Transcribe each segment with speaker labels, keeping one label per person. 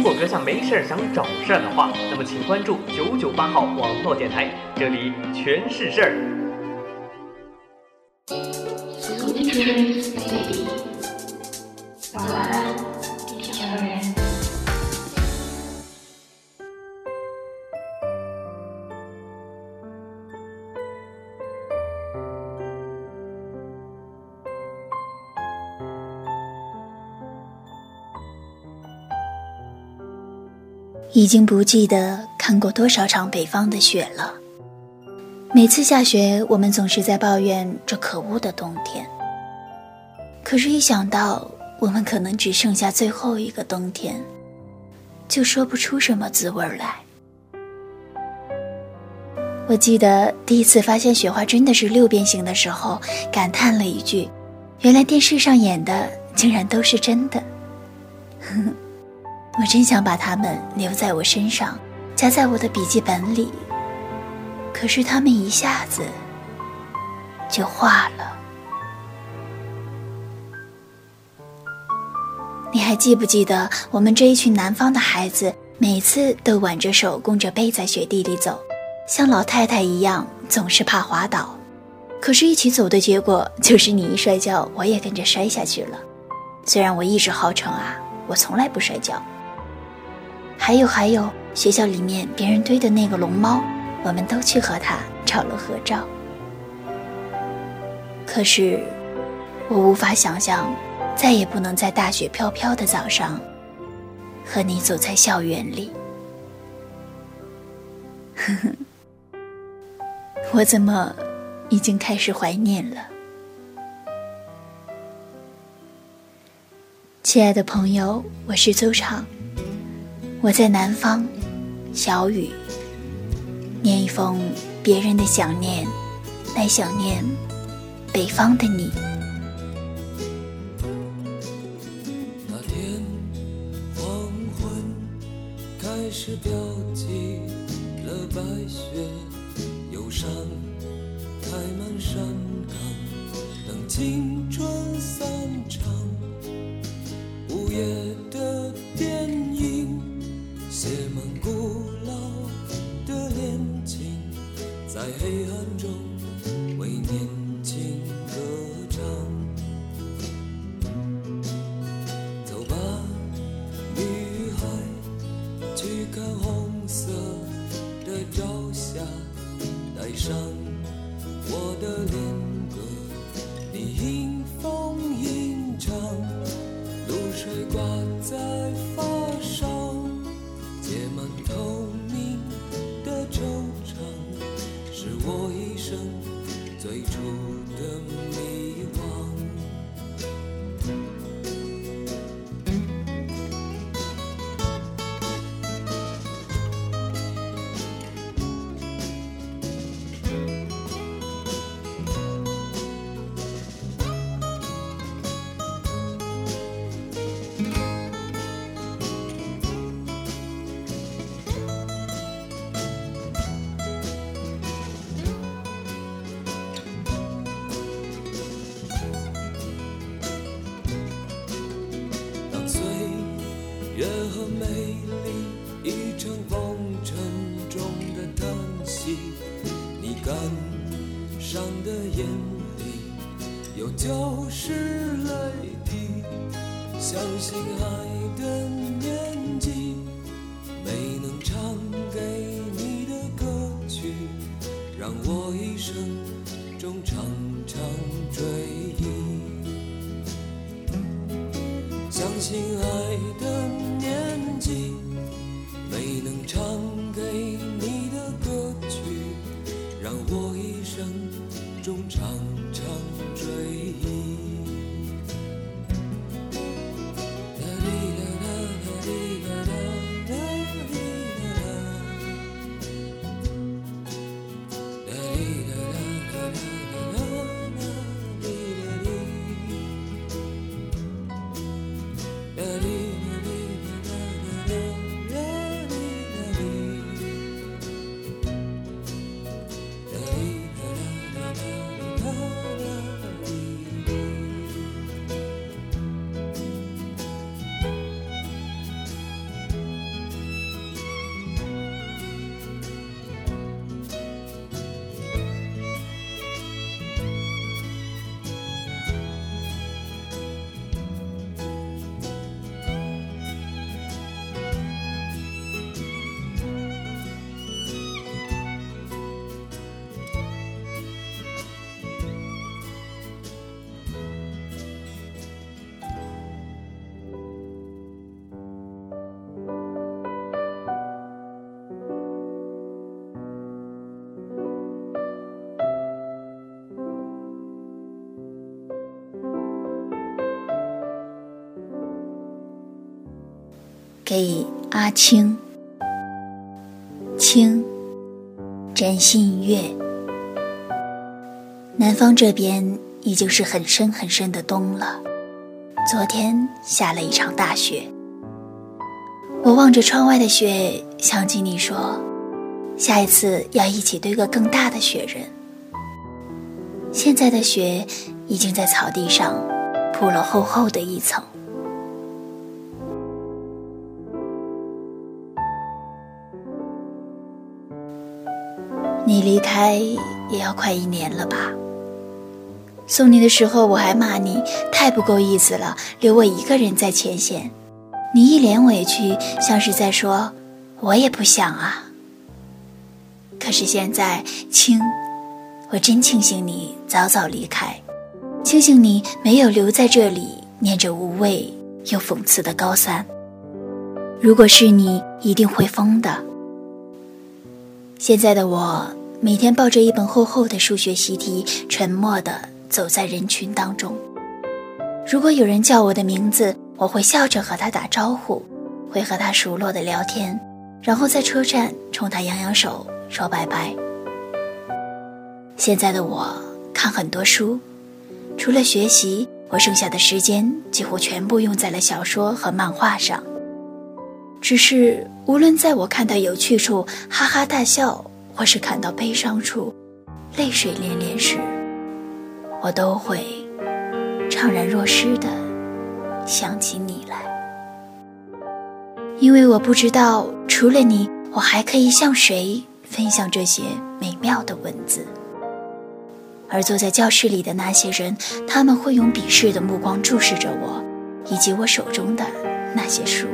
Speaker 1: 果阁下没事想找事儿的话，那么请关注998号网络电台，这里全是事儿。
Speaker 2: 已经不记得看过多少场北方的雪了。每次下雪，我们总是在抱怨这可恶的冬天。可是一想到我们可能只剩下最后一个冬天，就说不出什么滋味来。我记得第一次发现雪花真的是六边形的时候，感叹了一句，原来电视上演的竟然都是真的。我真想把它们留在我身上，夹在我的笔记本里，可是它们一下子就化了。你还记不记得我们这一群南方的孩子，每次都挽着手弓着背在雪地里走，像老太太一样，总是怕滑倒。可是一起走的结果就是你一摔跤，我也跟着摔下去了。虽然我一直号称我从来不摔跤。还有学校里面别人堆的那个龙猫，我们都去和它照了合照。可是我无法想象，再也不能在大雪飘飘的早上和你走在校园里。我怎么已经开始怀念了？亲爱的朋友，我是邹畅，我在南方，小雨，念一封别人的想念，来想念北方的你。
Speaker 3: 那天黄昏开始标记了白雪，忧伤开满山岗，等青春散场。午夜的电影写满古老的恋情，在黑暗中为年轻歌唱。走吧，女孩，去看红色的朝霞，带上我的恋歌，你迎风吟唱，露水挂在发梢，结满透明的惆怅，是我一生最初的迷惘。月和美丽一场风尘中的叹息，你感伤的眼里有旧时泪滴，相信爱的年纪，没能唱给你的歌曲，让我一生中常常追忆。相信爱的年纪，没能唱给你的歌曲，让我一生中常常追忆。
Speaker 2: 给阿青。青，占星月。南方这边已经是很深很深的冬了，昨天下了一场大雪。我望着窗外的雪，想起你说下一次要一起堆个更大的雪人。现在的雪已经在草地上铺了厚厚的一层。你离开也要快1年了吧？送你的时候我还骂你太不够意思了，留我一个人在前线。你一脸委屈，像是在说我也不想啊。可是现在，青，我真庆幸你早早离开，庆幸你没有留在这里念着无味又讽刺的高三。如果是你，一定会疯的。现在的我每天抱着一本厚厚的数学习题，沉默地走在人群当中。如果有人叫我的名字，我会笑着和他打招呼，会和他熟络地聊天，然后在车站冲他扬扬手说拜拜。现在的我看很多书，除了学习，我剩下的时间几乎全部用在了小说和漫画上。只是无论在我看到有趣处哈哈大笑，或是看到悲伤处泪水连连时，我都会怅然若失地想起你来。因为我不知道除了你，我还可以向谁分享这些美妙的文字。而坐在教室里的那些人，他们会用鄙视的目光注视着我，以及我手中的那些书。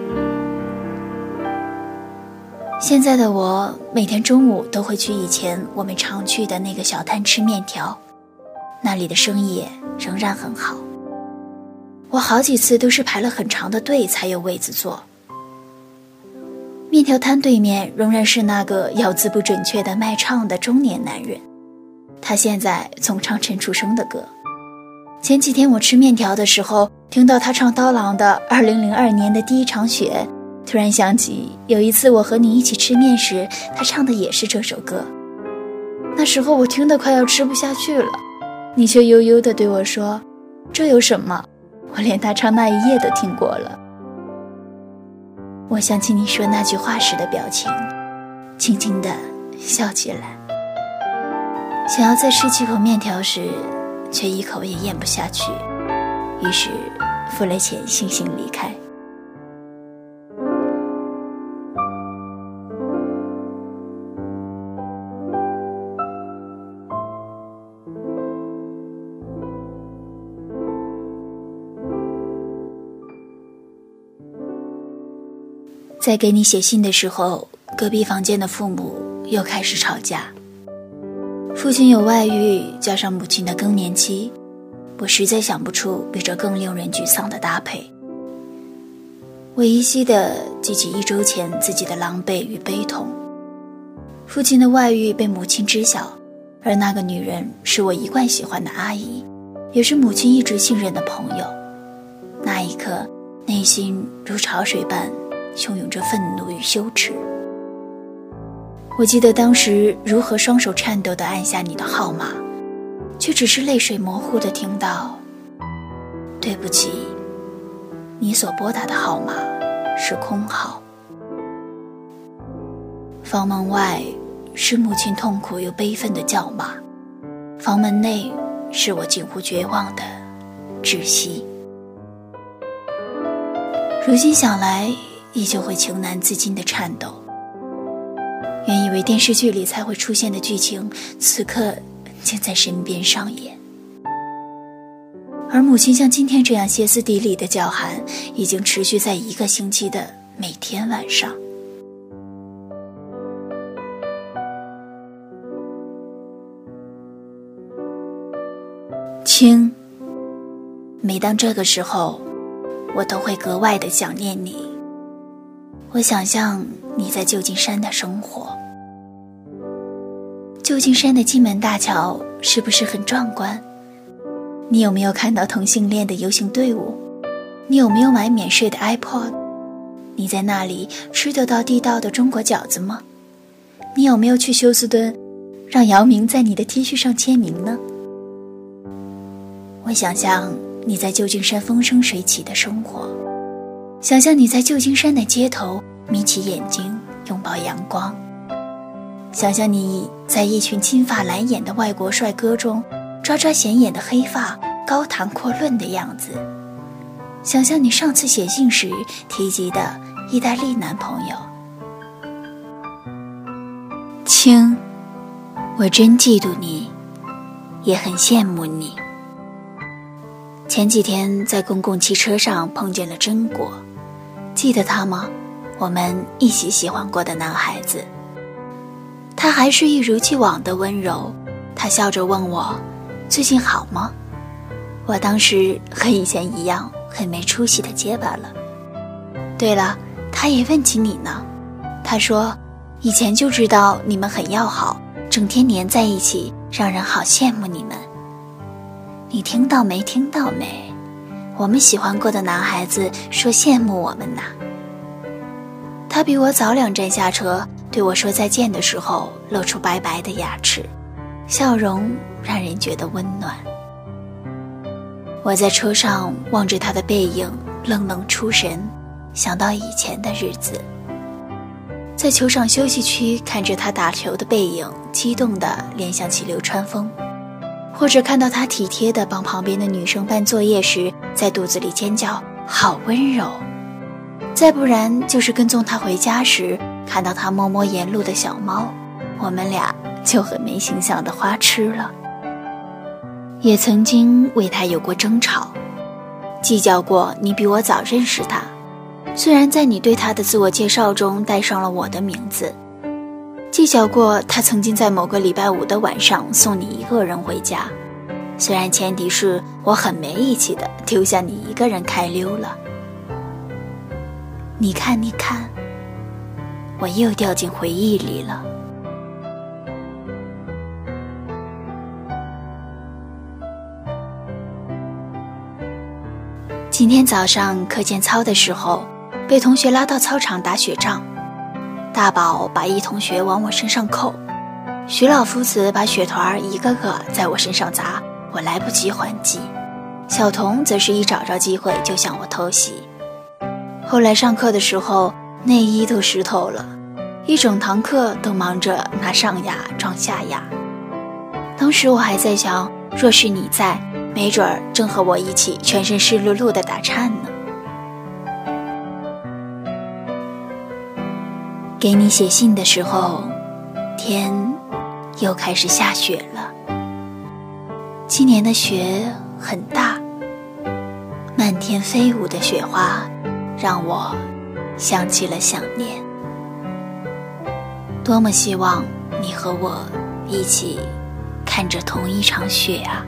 Speaker 2: 现在的我每天中午都会去以前我们常去的那个小摊吃面条，那里的生意仍然很好。我好几次都是排了很长的队才有位子坐。面条摊对面仍然是那个咬字不准确的卖唱的中年男人，他现在总唱陈楚生的歌。前几天我吃面条的时候，听到他唱刀郎的2002年的第一场雪，突然想起有一次我和你一起吃面时，他唱的也是这首歌。那时候我听得快要吃不下去了，你却悠悠地对我说，这有什么，我连他唱那一夜都听过了。我想起你说那句话时的表情，轻轻地笑起来。想要再吃几口面条时，却一口也咽不下去，于是付了钱悻悻离开。在给你写信的时候，隔壁房间的父母又开始吵架。父亲有外遇，加上母亲的更年期，我实在想不出比这更令人沮丧的搭配。我依稀地记起1周前自己的狼狈与悲痛。父亲的外遇被母亲知晓，而那个女人是我一贯喜欢的阿姨，也是母亲一直信任的朋友。那一刻，内心如潮水般汹涌着愤怒与羞耻。我记得当时如何双手颤抖地按下你的号码，却只是泪水模糊地听到，对不起，你所拨打的号码是空号。房门外是母亲痛苦又悲愤的叫骂，房门内是我近乎绝望的窒息。如今想来，依旧会情难自禁的颤抖。原以为电视剧里才会出现的剧情，此刻竟在身边上演。而母亲像今天这样歇斯底里的叫喊，已经持续在1个星期的每天晚上。青，每当这个时候，我都会格外的想念你。我想象你在旧金山的生活。旧金山的金门大桥是不是很壮观？你有没有看到同性恋的游行队伍？你有没有买免税的 iPod？ 你在那里吃得到地道的中国饺子吗？你有没有去休斯顿让姚明在你的 T 恤上签名呢？我想象你在旧金山风生水起的生活，想象你在旧金山的街头眯起眼睛拥抱阳光，想象你在一群金发蓝眼的外国帅哥中抓抓显眼的黑发，高谈阔论的样子，想象你上次写信时提及的意大利男朋友。亲，我真嫉妒你，也很羡慕你。前几天在公共汽车上碰见了真果，记得他吗？我们一起喜欢过的男孩子。他还是一如既往的温柔，他笑着问我最近好吗？我当时和以前一样很没出息的结巴了。对了，他也问起你呢。他说以前就知道你们很要好，整天黏在一起，让人好羡慕你们。你听到没？听到没？我们喜欢过的男孩子说羡慕我们呢。他比我早2站下车，对我说再见的时候露出白白的牙齿，笑容让人觉得温暖。我在车上望着他的背影愣愣出神，想到以前的日子，在球场休息区看着他打球的背影，激动地联想起流川枫，或者看到他体贴地帮旁边的女生办作业时，在肚子里尖叫好温柔。再不然就是跟踪他回家时，看到他摸摸沿路的小猫，我们俩就很没形象的花痴了。也曾经为他有过争吵，计较过你比我早认识他，虽然在你对他的自我介绍中带上了我的名字，计较过他曾经在某个礼拜五的晚上送你一个人回家，虽然前提是我很没义气的丢下你一个人开溜了。你看你看，我又掉进回忆里了。今天早上课间操的时候，被同学拉到操场打雪仗，大宝把一同学往我身上扣，徐老夫子把雪团一个个在我身上砸，我来不及还击，小童则是一找着机会就向我偷袭。后来上课的时候，内衣都湿透了，一整堂课都忙着拿上牙装下牙。当时我还在想，若是你在，没准儿正和我一起全身湿漉漉的打颤呢。给你写信的时候，天又开始下雪了。今年的雪很大，漫天飞舞的雪花让我想起了想念。多么希望你和我一起看着同一场雪啊！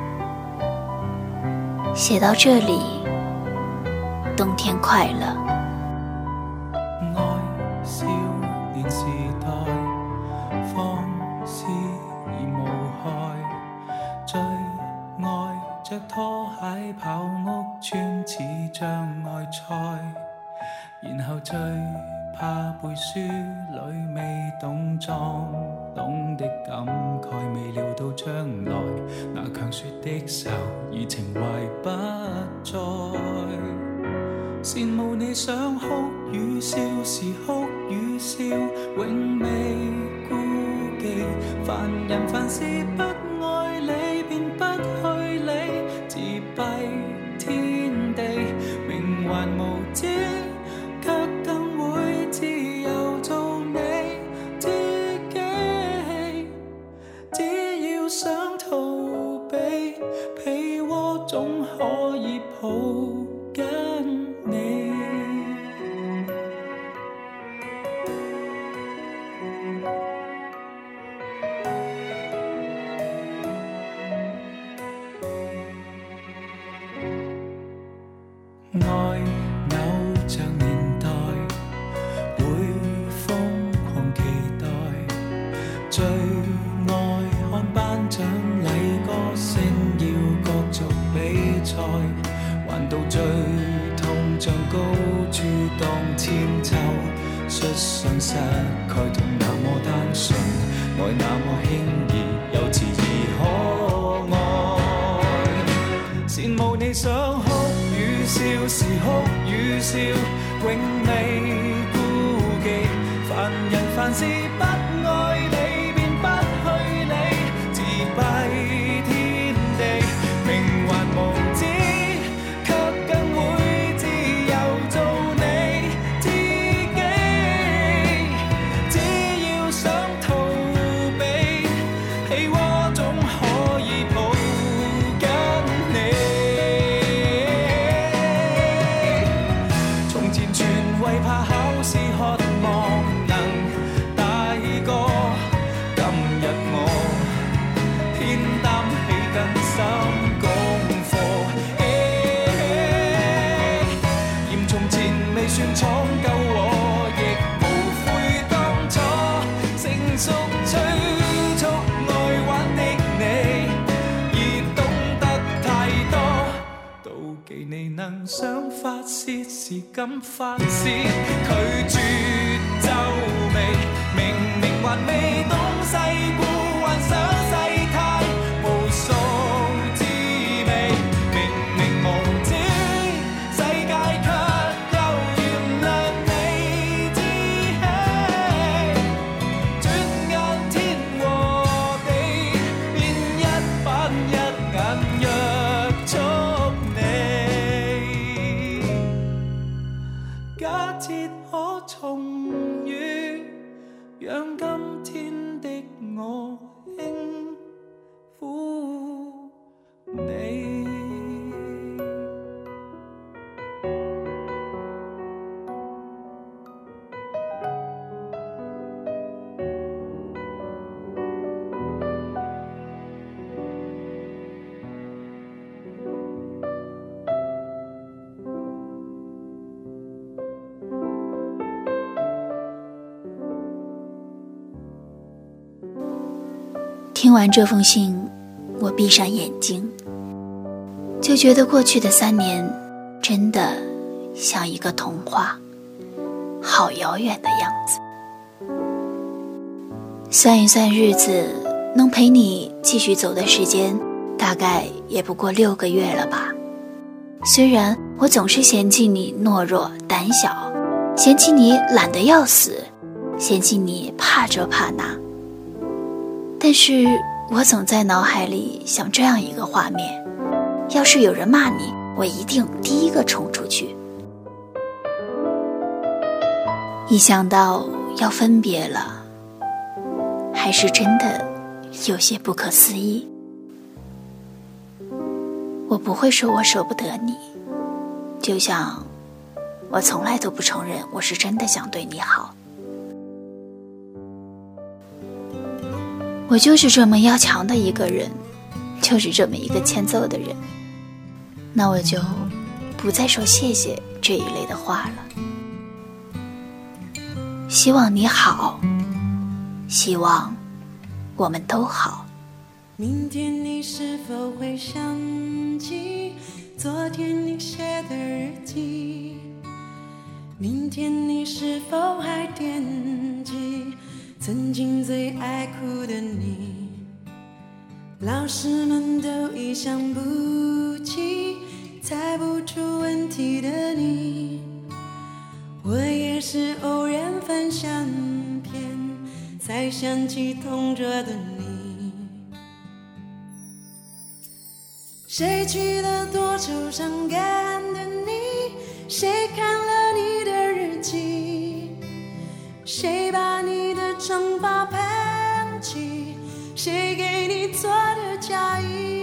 Speaker 2: 写到这里，冬天快乐。
Speaker 3: 愛少年時代，放肆而無害，最愛着拖鞋跑屋村似障礙賽，然後最怕背書裏未懂裝懂的感慨，未料到將來那強說的手而情懷不再。羨慕你想哭與笑時哭與笑，永未顧忌。凡人凡事不愛理便不去理，自閉天地，命還無知，卻更會自由做你自己。只要想逃避，被窩總可以抱緊你。愛偶像年代，會瘋狂期待，最愛看頒獎禮，歌星要角逐比賽，還到最痛像高處盪潮
Speaker 4: 出信失概痛那麼單純，愛那麼輕易，幼稚而可愛。羨慕你想哭與笑時哭與笑，永未顧忌。凡人凡事不愛你，便不去理，自閉天地，命還無知，卻更會自由做你自己。只要想逃避，氣窩總可以抱緊你。從前全為怕考試渴望能大個，今日我偏擔起更深功課。嫌從前未算闖救我，亦無悔當初成熟催促愛玩的你，已懂得太多。妒忌你能想發泄時敢發泄，拒絕皺眉，明明還未懂世故，還想世態無數滋味，明明無知，世界卻又原諒你自欺。轉眼天和地，便一板一眼約束你。假設可重遇，讓今天的我輕撫你。
Speaker 2: 听完这封信，我闭上眼睛，就觉得过去的3年真的像一个童话，好遥远的样子。算一算日子，能陪你继续走的时间大概也不过6个月了吧。虽然我总是嫌弃你懦弱胆小，嫌弃你懒得要死，嫌弃你怕这怕那，但是我总在脑海里想这样一个画面，要是有人骂你，我一定第一个冲出去。一想到要分别了，还是真的有些不可思议。我不会说我舍不得你，就像我从来都不承认我是真的想对你好。我就是这么要强的一个人，就是这么一个欠揍的人，那我就不再说谢谢这一类的话了。希望你好，希望我们都好。
Speaker 5: 明天你是否会想起昨天你写的日记？明天你是否还惦记曾经最爱哭的你？老师们都已想不起猜不出问题的你，我也是偶然翻相片才想起同桌的你。谁去了多愁伤感的你？谁看了你的日记？谁把你的长发盘起？谁给你做的嫁衣？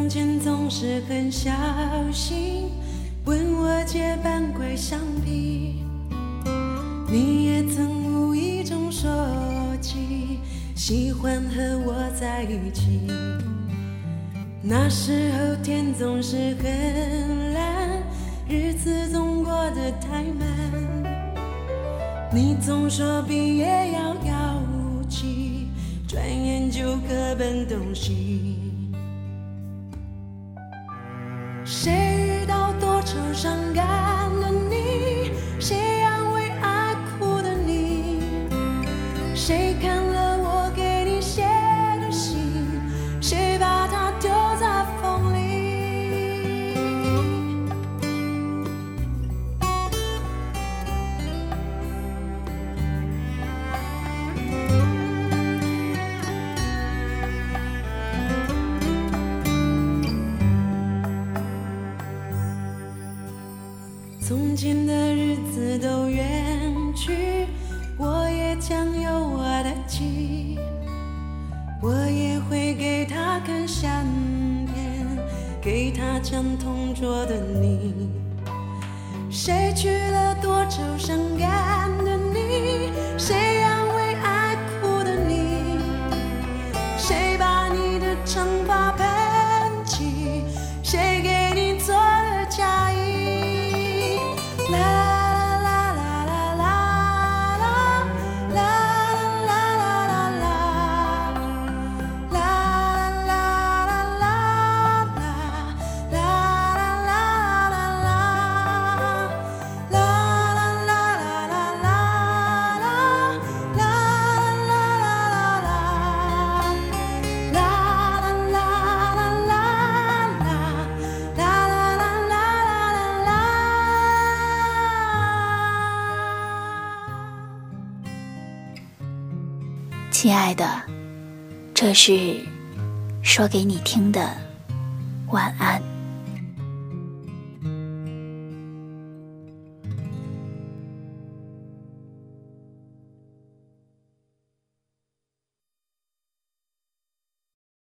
Speaker 5: 从前总是很小心，问我借半块橡皮，你也曾无意中说起喜欢和我在一起。那时候天总是很蓝，日子总过得太慢，你总说毕业遥遥无期，转眼就各奔东西。谁遇到多愁伤感的你，谁安慰爱哭的你，谁看了我给你写的信，谁把它丢在风里。从前的日子都远去，我也将有我的记，我也会给他看相片，给他讲同桌的你。谁娶了多愁善感的你，谁安慰爱哭的你，谁把你的长发盘起，谁给你做了嫁衣。啦啦啦啦啦啦啦啦啦啦啦啦啦啦
Speaker 2: 亲爱的，这是说给你听的晚安。